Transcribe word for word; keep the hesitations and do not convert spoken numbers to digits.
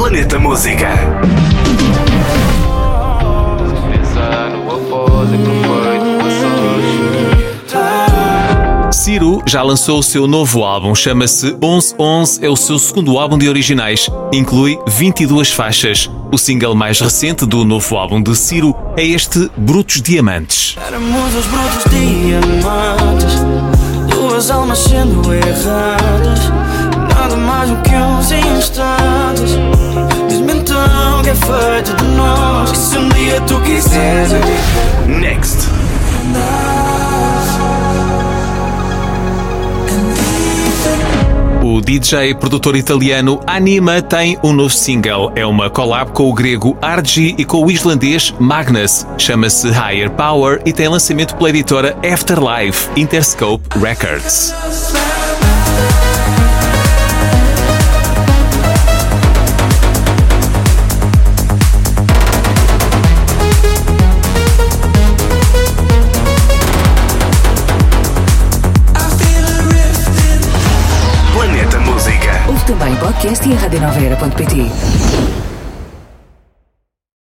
Planeta Música. Ciro já lançou o seu novo álbum, chama-se onze onze, é o seu segundo álbum de originais, inclui vinte e duas faixas. O single mais recente do novo álbum de Ciro é este Brutos Diamantes. Éramos os brutos diamantes, duas almas sendo erradas, nada mais do que uns instantes. Diz-me então que é feito de nós, que se um dia tu quiseres. Next. O D J e produtor italiano Anima tem um novo single. É uma collab com o grego Argy e com o islandês Magnus. Chama-se Higher Power e tem lançamento pela editora Afterlife, Interscope Records. Planeta Música. Ouve também podcast e a rádio nova era ponto pt.